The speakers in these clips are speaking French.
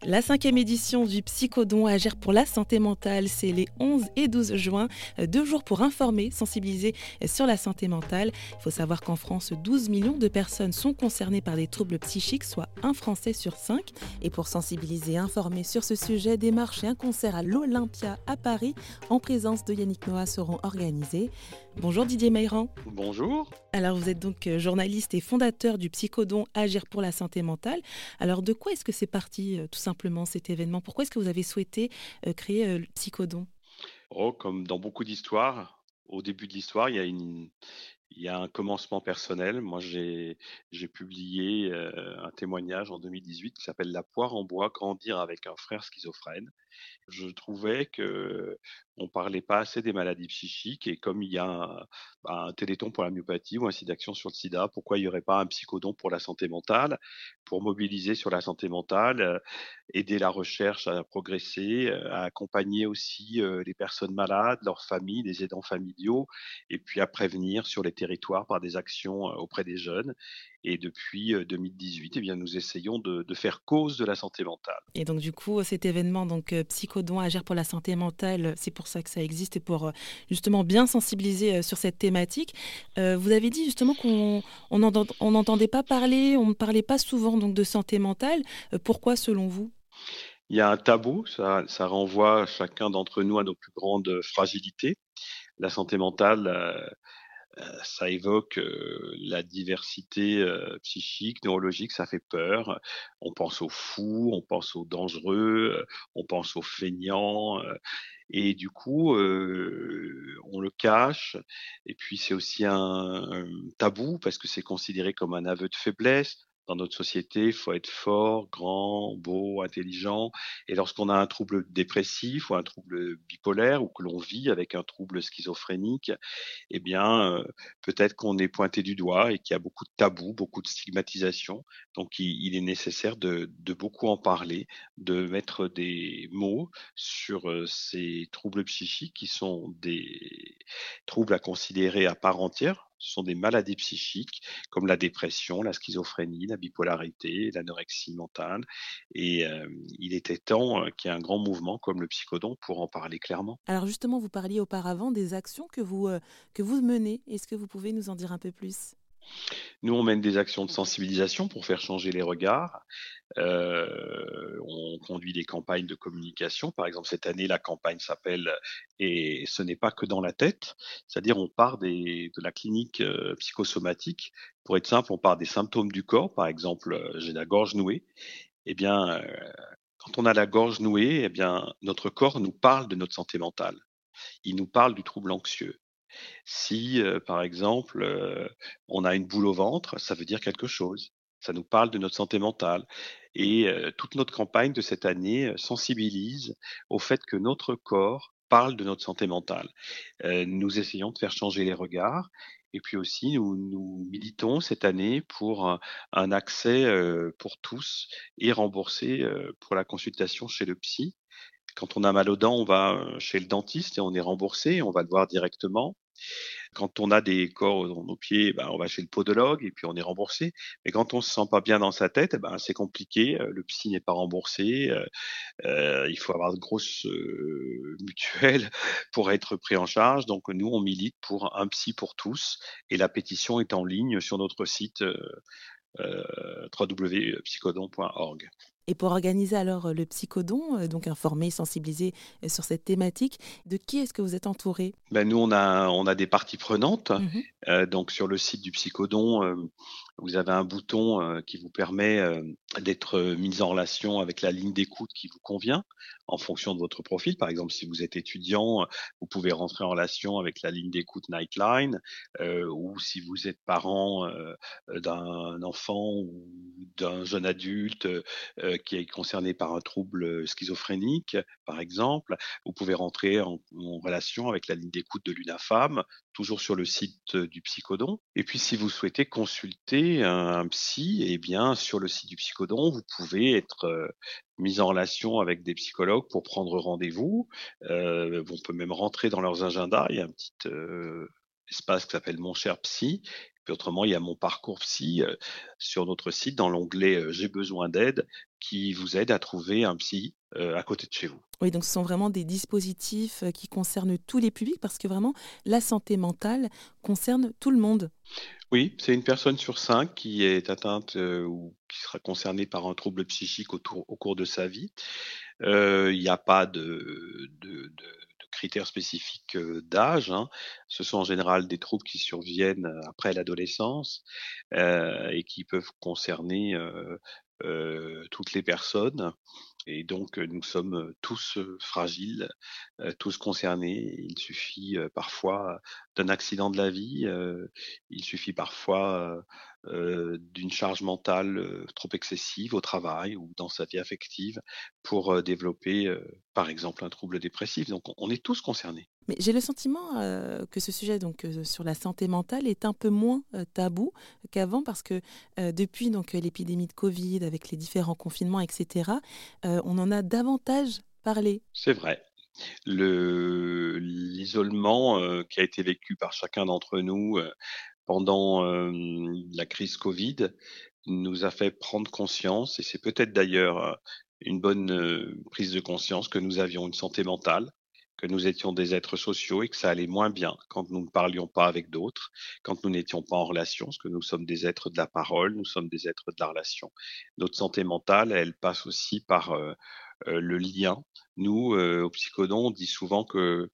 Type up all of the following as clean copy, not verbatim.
La cinquième édition du Psychodon Agir pour la santé mentale, c'est les 11 et 12 juin. 2 jours pour informer, sensibiliser sur la santé mentale. Il faut savoir qu'en France, 12 millions de personnes sont concernées par des troubles psychiques, soit un Français sur 5. Et pour sensibiliser et informer sur ce sujet, des marches et un concert à l'Olympia à Paris, en présence de Yannick Noah, seront organisés. Bonjour Didier Meyrand. Bonjour. Alors vous êtes donc journaliste et fondateur du Psychodon Agir pour la santé mentale. Alors de quoi est-ce que c'est parti tout simplement cet événement? Pourquoi est-ce que vous avez souhaité créer le Psychodon? Oh, comme dans beaucoup d'histoires, au début de l'histoire, il y a un commencement personnel. Moi, j'ai publié un témoignage en 2018 qui s'appelle La poire en bois, grandir avec un frère schizophrène. Je trouvais que on parlait pas assez des maladies psychiques et comme il y a un téléthon pour la myopathie ou un site d'action sur le sida, pourquoi il y aurait pas un psychodon pour la santé mentale, pour mobiliser sur la santé mentale, aider la recherche à progresser, à accompagner aussi, les personnes malades, leurs familles, les aidants familiaux et puis à prévenir sur les territoires par des actions, auprès des jeunes et depuis, 2018 eh bien nous essayons de faire cause de la santé mentale. Et donc du coup cet événement donc Psychodon Agir pour la santé mentale, c'est pour ça que ça existe et pour justement bien sensibiliser sur cette thématique. Vous avez dit justement on n'entendait pas parler, on ne parlait pas souvent donc de santé mentale. Pourquoi selon vous? Il y a un tabou, ça renvoie chacun d'entre nous à nos plus grandes fragilités. La santé mentale, ça évoque, la diversité, psychique, neurologique, ça fait peur. On pense aux fous, on pense aux dangereux, on pense aux feignants, et du coup, on le cache et puis c'est aussi un tabou parce que c'est considéré comme un aveu de faiblesse. Dans notre société, il faut être fort, grand, beau, intelligent et lorsqu'on a un trouble dépressif ou un trouble bipolaire ou que l'on vit avec un trouble schizophrénique, eh bien, peut-être qu'on est pointé du doigt et qu'il y a beaucoup de tabous, beaucoup de stigmatisation. Donc il est nécessaire de beaucoup en parler, de mettre des mots sur, ces troubles psychiques qui sont des troubles à considérer à part entière. Ce sont des maladies psychiques comme la dépression, la schizophrénie, la bipolarité, l'anorexie mentale et il était temps, qu'il y ait un grand mouvement comme le Psychodon pour en parler clairement. Alors justement vous parliez auparavant des actions que vous menez. Est-ce que vous pouvez nous en dire un peu plus? Nous, on mène des actions de sensibilisation pour faire changer les regards. On conduit des campagnes de communication. Par exemple, cette année, la campagne s'appelle «Et ce n'est pas que dans la tête», c'est-à-dire on part de la clinique, psychosomatique. Pour être simple, on part des symptômes du corps. Par exemple, j'ai la gorge nouée. Eh bien, quand on a la gorge nouée, eh bien, notre corps nous parle de notre santé mentale. Il nous parle du trouble anxieux. Si, par exemple, on a une boule au ventre, ça veut dire quelque chose. Ça nous parle de notre santé mentale et toute notre campagne de cette année, sensibilise au fait que notre corps parle de notre santé mentale. Nous essayons de faire changer les regards et puis aussi nous militons cette année pour un accès, pour tous et remboursé, pour la consultation chez le psy. Quand on a mal aux dents, on va, chez le dentiste et on est remboursé, on va le voir directement. Quand on a des corps dans nos pieds, ben, on va chez le podologue et puis on est remboursé. Mais quand on se sent pas bien dans sa tête, eh ben, c'est compliqué, le psy n'est pas remboursé, il faut avoir de grosses, mutuelles pour être pris en charge. Donc nous, on milite pour un psy pour tous et la pétition est en ligne sur notre site, www.psychodon.org. Et pour organiser alors le Psychodon, donc informer, sensibiliser sur cette thématique, de qui est-ce que vous êtes entouré? Ben, nous, on a des parties prenantes. Mmh. Donc sur le site du Psychodon, vous avez un bouton, qui vous permet, d'être, mis en relation avec la ligne d'écoute qui vous convient, en fonction de votre profil. Par exemple, si vous êtes étudiant, vous pouvez rentrer en relation avec la ligne d'écoute Nightline, ou si vous êtes parent, d'un enfant ou d'un jeune adulte, qui est concerné par un trouble, schizophrénique, par exemple, vous pouvez rentrer en relation avec la ligne d'écoute de l'UNAFAM, toujours sur le site du Psychodon. Et puis, si vous souhaitez consulter un psy, eh bien, sur le site du Psychodon, vous pouvez être mis en relation avec des psychologues pour prendre rendez-vous. On peut même rentrer dans leurs agendas. Il y a un petit espace qui s'appelle Mon cher psy. Puis autrement, il y a mon parcours psy sur notre site dans l'onglet J'ai besoin d'aide qui vous aide à trouver un psy à côté de chez vous. Oui, donc ce sont vraiment des dispositifs qui concernent tous les publics parce que vraiment, la santé mentale concerne tout le monde. Oui, c'est une personne sur 5 qui est atteinte ou qui sera concernée par un trouble psychique au cours de sa vie. Il n'y a pas de critères spécifiques, d'âge, hein. Ce sont en général des troubles qui surviennent, après l'adolescence, et qui peuvent concerner, toutes les personnes et donc nous sommes, tous, fragiles, tous concernés. Il suffit, parfois d'un accident de la vie, il suffit parfois, d'une charge mentale, trop excessive au travail ou dans sa vie affective pour, développer, par exemple, un trouble dépressif. Donc on est tous concernés. Mais j'ai le sentiment que ce sujet donc sur la santé mentale est un peu moins tabou qu'avant parce que depuis donc l'épidémie de Covid avec les différents confinements etc., on en a davantage parlé. C'est vrai. L'isolement, qui a été vécu par chacun d'entre nous, pendant, la crise Covid, nous a fait prendre conscience et c'est peut-être d'ailleurs, une bonne, prise de conscience que nous avions une santé mentale, que nous étions des êtres sociaux et que ça allait moins bien quand nous ne parlions pas avec d'autres, quand nous n'étions pas en relation, parce que nous sommes des êtres de la parole, nous sommes des êtres de la relation. Notre santé mentale, elle passe aussi par, le lien. Nous, au Psychodon, on dit souvent que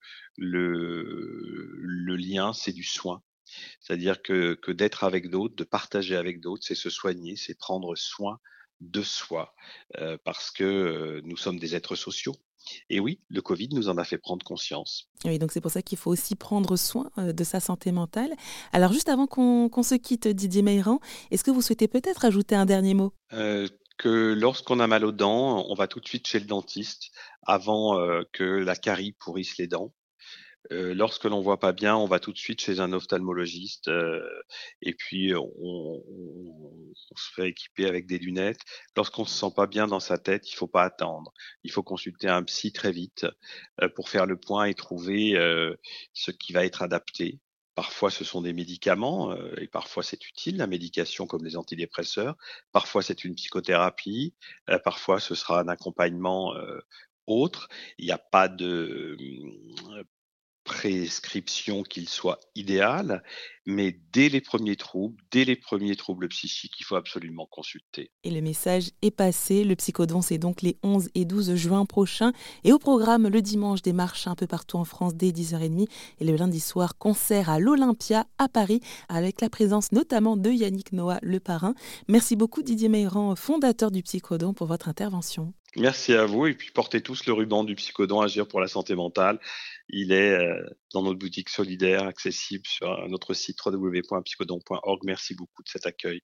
le lien, c'est du soin. C'est-à-dire que d'être avec d'autres, de partager avec d'autres, c'est se soigner, c'est prendre soin de soi, parce que, nous sommes des êtres sociaux. Et oui, le Covid nous en a fait prendre conscience. Oui, donc c'est pour ça qu'il faut aussi prendre soin de sa santé mentale. Alors juste avant qu'on se quitte, Didier Meyrand, est-ce que vous souhaitez peut-être ajouter un dernier mot? Que lorsqu'on a mal aux dents, on va tout de suite chez le dentiste avant, que la carie pourrisse les dents. Lorsque l'on voit pas bien, on va tout de suite chez un ophtalmologiste, et puis on se fait équiper avec des lunettes. Lorsqu'on se sent pas bien dans sa tête, il faut pas attendre. Il faut consulter un psy très vite, pour faire le point et trouver, ce qui va être adapté. Parfois, ce sont des médicaments, et parfois c'est utile, la médication comme les antidépresseurs. Parfois, c'est une psychothérapie, parfois ce sera un accompagnement, autre. Il n'y a pas de, prescription qu'il soit idéal, mais dès les premiers troubles psychiques, il faut absolument consulter. Et le message est passé. Le Psychodon, c'est donc les 11 et 12 juin prochains. Et au programme, le dimanche, des marches un peu partout en France dès 10h30. Et le lundi soir, concert à l'Olympia à Paris, avec la présence notamment de Yannick Noah, le parrain. Merci beaucoup Didier Meyrand, fondateur du Psychodon, pour votre intervention. Merci à vous et puis portez tous le ruban du Psychodon Agir pour la santé mentale. Il est, dans notre boutique solidaire, accessible sur notre site www.psychodon.org. Merci beaucoup de cet accueil.